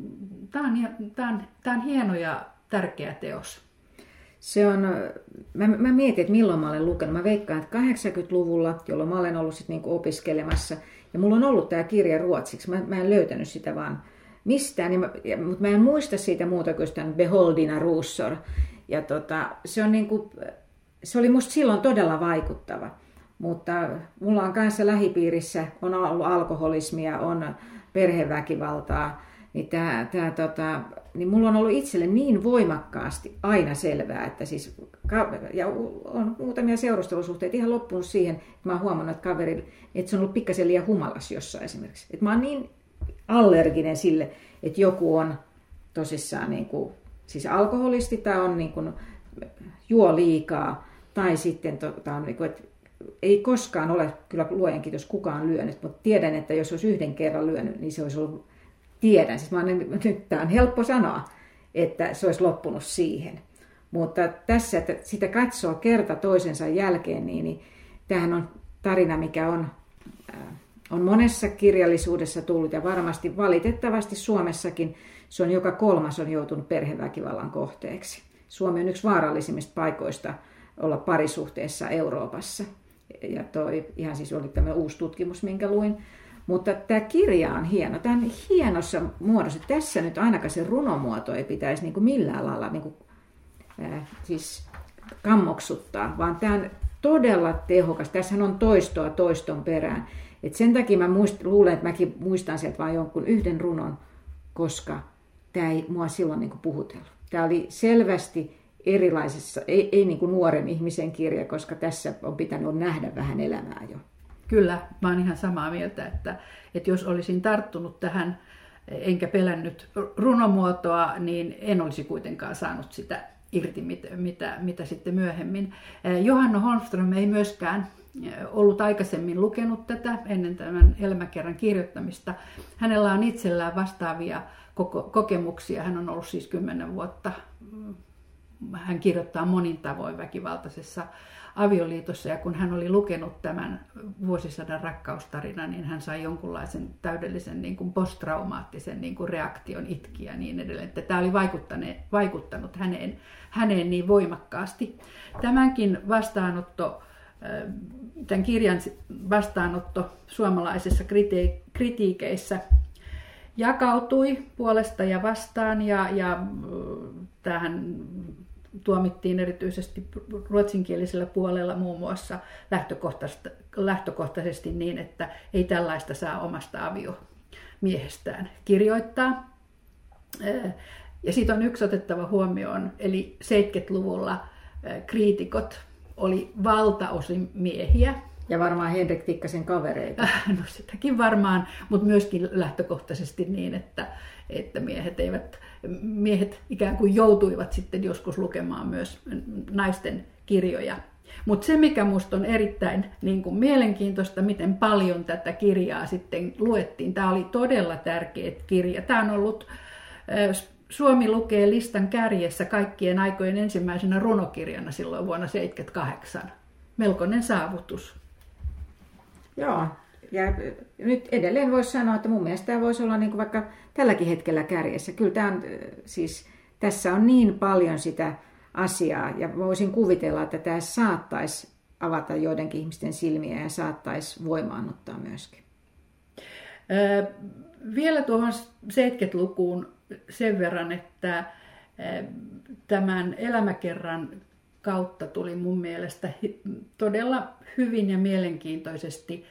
[SPEAKER 2] on hieno ja tärkeä teos.
[SPEAKER 3] Mä mietin, että milloin mä olen lukenut. Mä veikkaan, että 80-luvulla, jolloin mä olen ollut niin kuin opiskelemassa. Ja mulla on ollut tämä kirja ruotsiksi. Mä en löytänyt sitä vaan mistään, mutta mä en muista siitä muuta kuin tämän Beholdina Ruussor. Ja se oli musta silloin todella vaikuttava. Mutta mulla on kanssa lähipiirissä, on ollut alkoholismia, on perheväkivaltaa. Niin mulla on ollut itselle niin voimakkaasti aina selvää, että siis, ja on muutamia seurustelusuhteita ihan loppunut siihen, että mä oon huomannut, että se on ollut pikkasen liian humalas jossain esimerkiksi. Että mä oon niin allerginen sille, että joku on tosissaan niin kuin, siis alkoholisti tai on niin kuin, juo liikaa tai sitten on niin kuin, että ei koskaan ole kyllä luojan kiitos kukaan lyönyt, mutta tiedän, että jos olisi yhden kerran lyönyt, niin se olisi ollut, tiedän, siis nyt tämä on helppo sanoa, että se olisi loppunut siihen. Mutta tässä, että sitä katsoo kerta toisensa jälkeen, niin tämähän on tarina, mikä on monessa kirjallisuudessa tullut ja varmasti valitettavasti Suomessakin se on joka kolmas on joutunut perheväkivallan kohteeksi. Suomi on yksi vaarallisimmista paikoista olla parisuhteessa Euroopassa. Ja toi ihan siis oli tämmöinen uusi tutkimus, minkä luin. Mutta tämä kirja on hieno. Tämä on hienossa muodossa. Tässä nyt ainakaan se runomuoto ei pitäisi niin kuin millään lailla niin kuin, siis kammoksuttaa, vaan tämä on todella tehokas. Tässähän on toistoa toiston perään. Et sen takia mä luulen, että mäkin muistan sieltä vain jonkun yhden runon, koska tämä ei mua silloin niin kuin puhutellut. Tämä oli selvästi erilaisessa, ei niin kuin nuoren ihmisen kirja, koska tässä on pitänyt nähdä vähän elämää jo.
[SPEAKER 2] Kyllä, mä oon ihan samaa mieltä, että jos olisin tarttunut tähän enkä pelännyt runomuotoa, niin en olisi kuitenkaan saanut sitä irti, mitä sitten myöhemmin. Johanna Holmström ei myöskään ollut aikaisemmin lukenut tätä ennen tämän elämäkerran kirjoittamista. Hänellä on itsellään vastaavia kokemuksia. Hän on ollut siis 10 vuotta. Hän kirjoittaa monin tavoin väkivaltaisessa avioliitossa, ja kun hän oli lukenut tämän Vuosisadan rakkaustarinan, niin hän sai jonkunlaisen täydellisen niin kuin posttraumaattisen niin kuin reaktion, itki ja niin edelleen. Että tämä oli vaikuttanut häneen niin voimakkaasti. Tämänkin tämän kirjan vastaanotto suomalaisessa kritiikeissä jakautui puolesta ja vastaan, ja tähän tuomittiin erityisesti ruotsinkielisellä puolella muun muassa lähtökohtaisesti niin, että ei tällaista saa omasta aviomiehestään kirjoittaa. Ja siitä on yksi otettava huomioon, eli 70-luvulla kriitikot oli valtaosin miehiä.
[SPEAKER 3] Ja varmaan Henrik Tikkasen kavereita.
[SPEAKER 2] No sitäkin varmaan, mutta myöskin lähtökohtaisesti niin, että miehet ikään kuin joutuivat sitten joskus lukemaan myös naisten kirjoja. Mutta se, mikä minusta on erittäin niin kuin mielenkiintoista, miten paljon tätä kirjaa sitten luettiin. Tämä oli todella tärkeä kirja. Tämä on ollut, Suomi lukee listan kärjessä kaikkien aikojen ensimmäisenä runokirjana silloin vuonna 1978. Melkoinen saavutus.
[SPEAKER 3] Joo, Ja nyt edelleen voisi sanoa, että mun mielestä tämä voisi olla niin kuin vaikka tälläkin hetkellä kärjessä. Kyllä tämä on, siis, tässä on niin paljon sitä asiaa ja voisin kuvitella, että tämä saattaisi avata joidenkin ihmisten silmiä ja saattaisi voimaannuttaa myöskin.
[SPEAKER 2] Vielä tuohon 70-lukuun sen verran, että tämän elämäkerran kautta tuli mun mielestä todella hyvin ja mielenkiintoisesti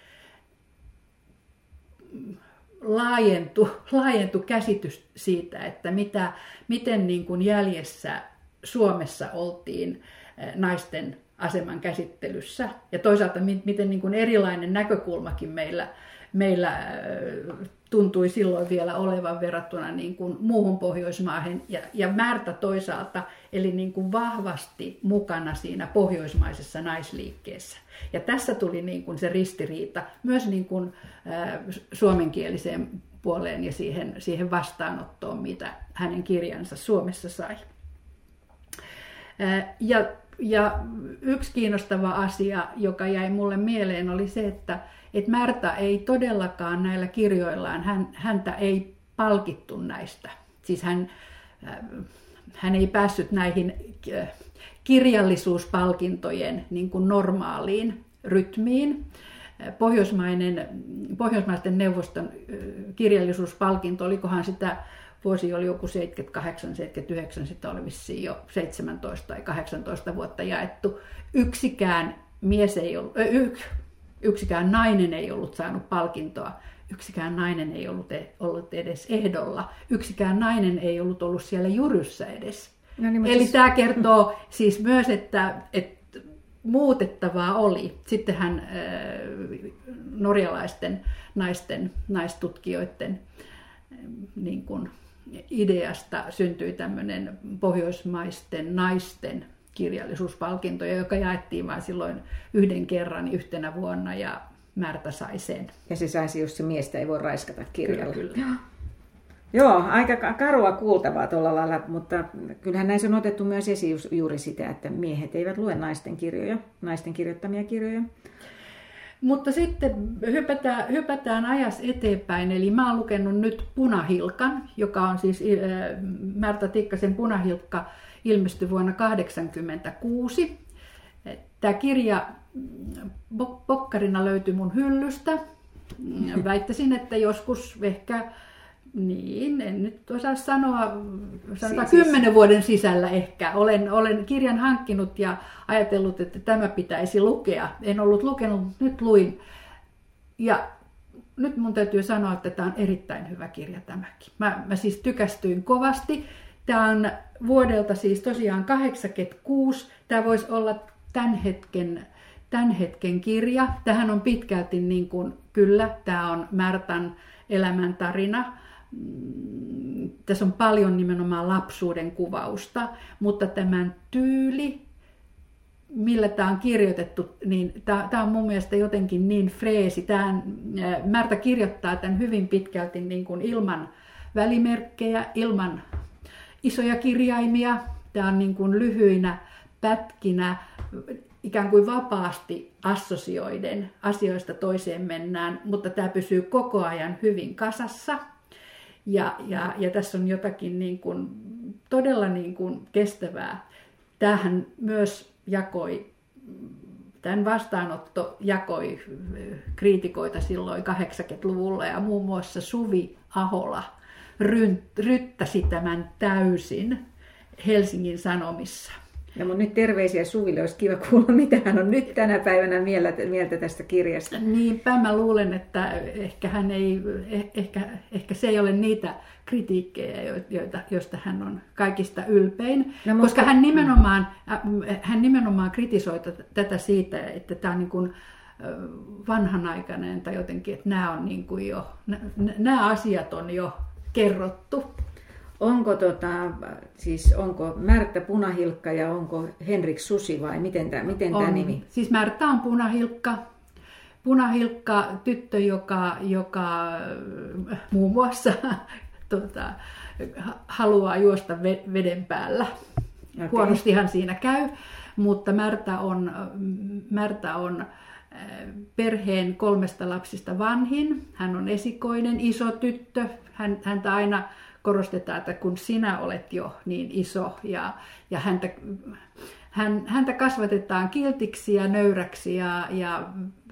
[SPEAKER 2] laajentui käsitys siitä, että miten niin kuin jäljessä Suomessa oltiin naisten aseman käsittelyssä ja toisaalta miten niin kuin erilainen näkökulmakin meillä tuntui silloin vielä olevan verrattuna niin kuin muuhun Pohjoismaahan ja Märta toisaalta eli niin kuin vahvasti mukana siinä pohjoismaisessa naisliikkeessä. Ja tässä tuli niin kuin se ristiriita myös niin kuin suomenkieliseen puoleen ja siihen vastaanottoon, mitä hänen kirjansa Suomessa sai. Ja yksi kiinnostava asia, joka jäi mulle mieleen, oli se, että Märta ei todellakaan näillä kirjoillaan, häntä ei palkittu näistä. Siis hän ei päässyt näihin kirjallisuuspalkintojen niin kuin normaaliin rytmiin. Pohjoismaisten neuvoston kirjallisuuspalkinto, olikohan sitä, vuosi oli joku 78, 79, sitä oli vissiin jo 17 tai 18 vuotta jaettu. Yksikään nainen ei ollut saanut palkintoa, yksikään nainen ei ollut edes ehdolla, yksikään nainen ei ollut siellä juryssä edes. No niin, eli tämä kertoo siis myös, että muutettavaa oli. Sittenhän norjalaisten naistutkijoiden niin kuin ideasta syntyi tämmöinen pohjoismaisten naisten kirjallisuuspalkinto, joka jaettiin vain silloin yhden kerran yhtenä vuonna ja Märta sai sen.
[SPEAKER 3] Ja se saisi, jos se miestä ei voi raiskata kirjalla.
[SPEAKER 2] Kyllä.
[SPEAKER 3] Joo, aika karua kuultavaa tuolla lailla, mutta kyllähän näissä on otettu myös esiin juuri sitä, että miehet eivät lue naisten kirjoja, naisten kirjoittamia kirjoja.
[SPEAKER 2] Mutta sitten hypätään ajassa eteenpäin, eli mä oon lukenut nyt Punahilkan, joka on siis Märta Tikkasen Punahilkka, ilmestyi vuonna 1986. Tämä kirja pokkarina löytyi mun hyllystä. Väittäisin, että joskus ehkä, niin en nyt osaa sanoa, sanotaan 10 vuoden sisällä ehkä. Olen kirjan hankkinut ja ajatellut, että tämä pitäisi lukea. En ollut lukenut, nyt luin. Ja nyt mun täytyy sanoa, että tämä on erittäin hyvä kirja tämäkin. Mä siis tykästyin kovasti. Tämä on vuodelta siis tosiaan 86. Tämä voisi olla tämän hetken kirja. Tämähän on pitkälti niin kuin, kyllä, tämä on Märtan elämäntarina. Tässä on paljon nimenomaan lapsuuden kuvausta, mutta tämän tyyli, millä tämä on kirjoitettu, niin tämä on mun mielestä jotenkin niin freesi. Märta kirjoittaa tämän hyvin pitkälti niin kuin ilman välimerkkejä, ilman isoja kirjaimia. Tämä on niin kuin lyhyinä pätkinä, ikään kuin vapaasti assosioiden asioista toiseen mennään, mutta tämä pysyy koko ajan hyvin kasassa. Ja tässä on jotakin niin kuin, todella niin kuin kestävää. Tämähän myös tämän vastaanotto jakoi kriitikoita silloin 80-luvulla ja muun muassa Suvi Ahola ryttäsi tämän täysin Helsingin Sanomissa.
[SPEAKER 3] Ja mun nyt terveisiä Suville, olisi kiva kuulla, mitä hän on nyt tänä päivänä mieltä tästä kirjasta.
[SPEAKER 2] Niinpä mä luulen, että ehkä se ei ole niitä kritiikkejä, joista hän on kaikista ylpein. No, koska hän nimenomaan kritisoi tätä siitä, että tämä on niin kuin vanhanaikainen tai jotenkin, että nämä asiat on jo kerrottu.
[SPEAKER 3] Onko Märta Punahilkka ja onko Henrik Susi vai miten tämä nimi?
[SPEAKER 2] Siis Märta on Punahilkka. Punahilkka tyttö, joka muun muassa haluaa juosta veden päällä. Okay. Huonostihan siinä käy, mutta Märta on perheen 3 lapsista vanhin. Hän on esikoinen, iso tyttö. Häntä aina korostetaan, että kun sinä olet jo niin iso. Ja häntä kasvatetaan kiltiksi ja nöyräksi ja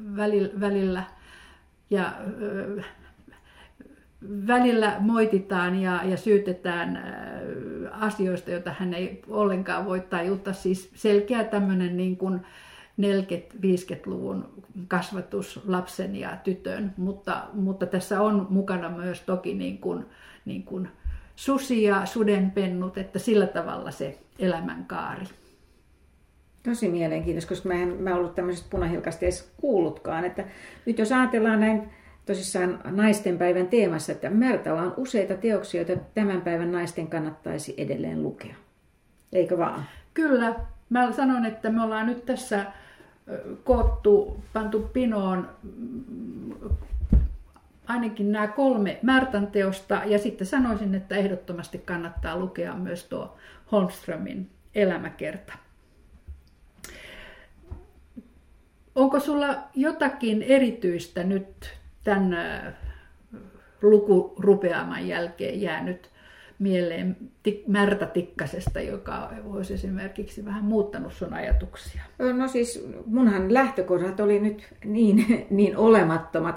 [SPEAKER 2] välillä moititaan ja syytetään asioista, joita hän ei ollenkaan voi tajuta. Siis selkeä tämmöinen niin kuin 40-50-luvun kasvatus lapsen ja tytön, mutta tässä on mukana myös toki niin kuin susi ja sudenpennut, että sillä tavalla se elämänkaari.
[SPEAKER 3] Tosi mielenkiintoista, koska mä en ollut tämmöisestä punahilkasta edes kuullutkaan. Että nyt jos ajatellaan näin tosissaan naistenpäivän teemassa, että Märtalla on useita teoksia, joita tämän päivän naisten kannattaisi edelleen lukea. Eikö vaan?
[SPEAKER 2] Kyllä. Mä sanon, että me ollaan nyt tässä pantu pinoon ainakin nämä 3 Märtan teosta, ja sitten sanoisin, että ehdottomasti kannattaa lukea myös tuo Holmströmin elämäkerta. Onko sulla jotakin erityistä nyt tämän lukurupeaman jälkeen jäänyt mieleen Märta Tikkasesta, joka olisi esimerkiksi vähän muuttanut sun ajatuksia?
[SPEAKER 3] No siis munhan lähtökohdat oli nyt niin olemattomat,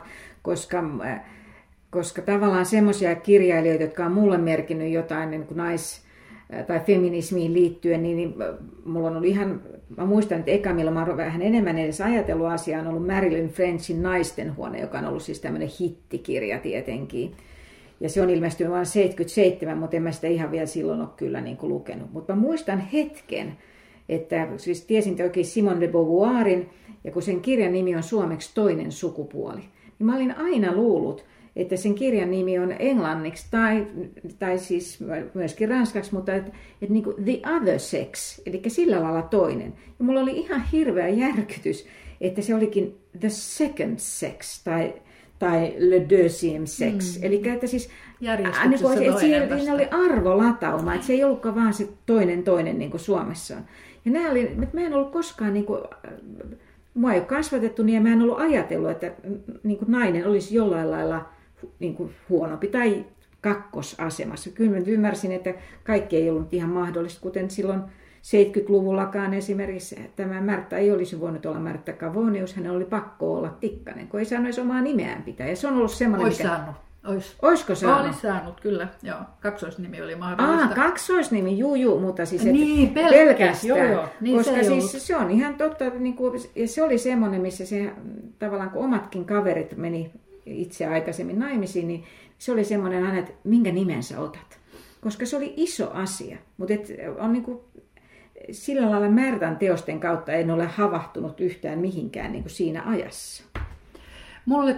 [SPEAKER 3] koska tavallaan semmoisia kirjailijoita, jotka on mulle merkinnyt jotain niin kuin tai feminismiin liittyen, niin mulla on ollut mä muistan, että eka, milloin mä oon vähän enemmän edes ajatellut asiaa, on ollut Marilyn Frenchin Naistenhuone, joka on ollut siis tämmöinen hittikirja tietenkin. Ja se on ilmestynyt vain 77, mutta en mä sitä ihan vielä silloin ole kyllä niin kuin lukenut. Mutta mä muistan hetken, että siis tiesin oikein Simone de Beauvoirin, ja kun sen kirjan nimi on suomeksi Toinen sukupuoli, niin mä olin aina luullut, että sen kirjan nimi on englanniksi tai siis myöskin ranskaksi, mutta että niin kuin The Other Sex, eli sillä lailla toinen. Ja mulla oli ihan hirveä järkytys, että se olikin The Second Sex tai Le Deuxième Sex. Eli että siis että siinä oli arvolatauma, että se ei ollutkaan vaan se toinen niin kuin Suomessa on. Ja mä en ollut koskaan niin kuin, mua ei ole kasvatettu niin, ja mä en ollut ajatellut, että niin kuin nainen olisi jollain lailla niin kuin huonompi tai kakkosasemassa. Kyllä mä ymmärsin, että kaikki ei ollut ihan mahdollista, kuten silloin 70-luvullakaan esimerkiksi tämä Märta ei olisi voinut olla Märta Cavonius, hänen oli pakko olla Tikkanen, kun ei saanut edes omaa nimeään pitää. Ja se on ollut semmoinen,
[SPEAKER 2] saanut.
[SPEAKER 3] Olisiko saanut?
[SPEAKER 2] Olisi saanut, kyllä. Joo, kaksoisnimi oli mahdollista.
[SPEAKER 3] Kaksoisnimi, mutta siis
[SPEAKER 2] niin,
[SPEAKER 3] pelkästään.
[SPEAKER 2] Joo. Niin,
[SPEAKER 3] koska siis se on ihan totta, niin kuin, ja se oli semmoinen, missä se tavallaan kun omatkin kaverit meni itse aikaisemmin naimisiin, niin se oli semmoinen aina, että minkä nimen sä otat. Koska se oli iso asia, mutta on niin kuin, sillä lailla Märtan teosten kautta en ole havahtunut yhtään mihinkään niin kuin siinä ajassa.
[SPEAKER 2] Mulle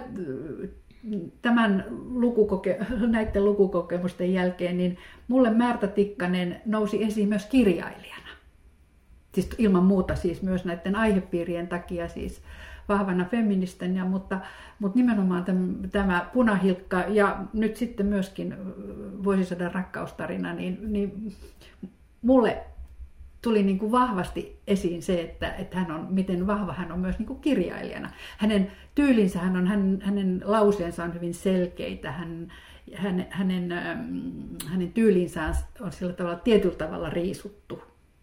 [SPEAKER 2] näiden lukukokemusten jälkeen, niin mulle Märta Tikkanen nousi esiin myös kirjailijana. Siis ilman muuta siis myös näiden aihepiirien takia siis vahvana feministinä, mutta nimenomaan tämä Punahilkka ja nyt sitten myöskin Vuosisadan rakkaustarina, niin mulle tuli niin kuin vahvasti esiin se, että hän on, miten vahva hän on myös niin kuin kirjailijana. Hänen tyylinsä, hänen lauseensa on hyvin selkeitä, hänen tyylinsä on sillä tavalla tietyllä tavalla riisuttu.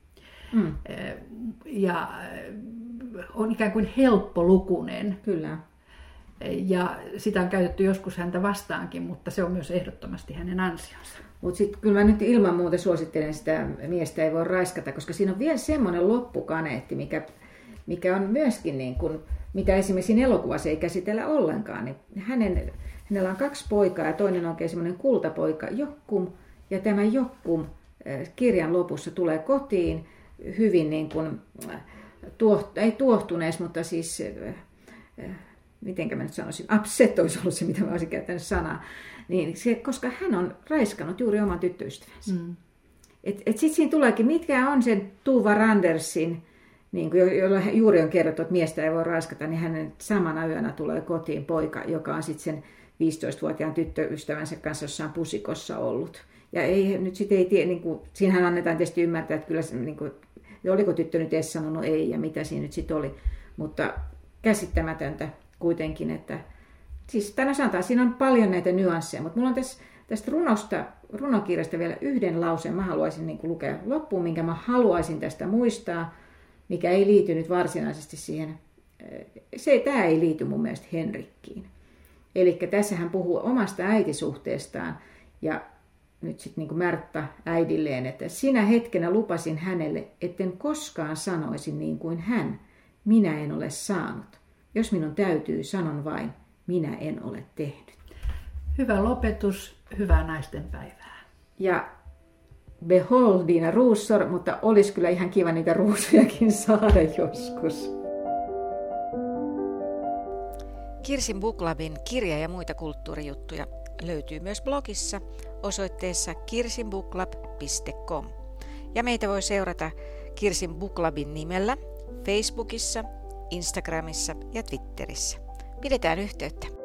[SPEAKER 2] Ja on ikään kuin helppolukuinen.
[SPEAKER 3] Kyllä.
[SPEAKER 2] Ja sitä on käytetty joskus häntä vastaankin, mutta se on myös ehdottomasti hänen ansionsa.
[SPEAKER 3] Mutta sitten kyllä mä nyt ilman muuta suosittelen sitä Miestä ei voi raiskata, koska siinä on vielä semmoinen loppukaneetti, mikä on myöskin niin kuin, mitä esimerkiksi siinä elokuvassa ei käsitellä ollenkaan. Niin hänellä on 2 poikaa ja toinen on oikein semmoinen kultapoika Jokkum, ja tämä Jokkum kirjan lopussa tulee kotiin hyvin niin kuin, ei tuohtuneessa, mutta siis, mitenkä mä nyt sanoisin, upset olisi ollut se, mitä mä olisin käyttänyt sanaa, niin koska hän on raiskannut juuri oman tyttöystävänsä. Sitten siinä tuleekin, mitkä on sen Tuva Randersin, niin kuin, jolla juuri on kerrottu, että miestä ei voi raiskata, niin hänen samana yönä tulee kotiin poika, joka on sitten sen 15-vuotiaan tyttöystävänsä kanssa jossain pusikossa ollut. Ja siinähän annetaan tietysti ymmärtää, että kyllä se, niin kuin, oliko tyttö nyt edes sanonut ei ja mitä siinä nyt sitten oli. Mutta käsittämätöntä kuitenkin, että siis sanotaan, siinä on paljon näitä nyansseja, mutta mulla on tästä runokirjasta vielä yhden lauseen, mä haluaisin niin kuin lukea loppuun, minkä mä haluaisin tästä muistaa, mikä ei liity nyt varsinaisesti siihen. Tämä ei liity mun mielestä Henrikkiin. Eli tässä hän puhuu omasta äitisuhteestaan ja nyt sitten niin kuin Märtta äidilleen, että sinä hetkenä lupasin hänelle, etten koskaan sanoisi niin kuin hän. Minä en ole saanut. Jos minun täytyy, sanon vain, minä en ole tehnyt.
[SPEAKER 2] Hyvä lopetus, hyvää naistenpäivää.
[SPEAKER 3] Ja behold dina rosor, mutta olisi kyllä ihan kiva niitä ruusujakin saada joskus.
[SPEAKER 4] Kirsin Book Clubin kirja- ja muita kulttuurijuttuja löytyy myös blogissa osoitteessa kirsinbookclub.com. Ja meitä voi seurata Kirsin Book Clubin nimellä Facebookissa, Instagramissa ja Twitterissä. Pidetään yhteyttä.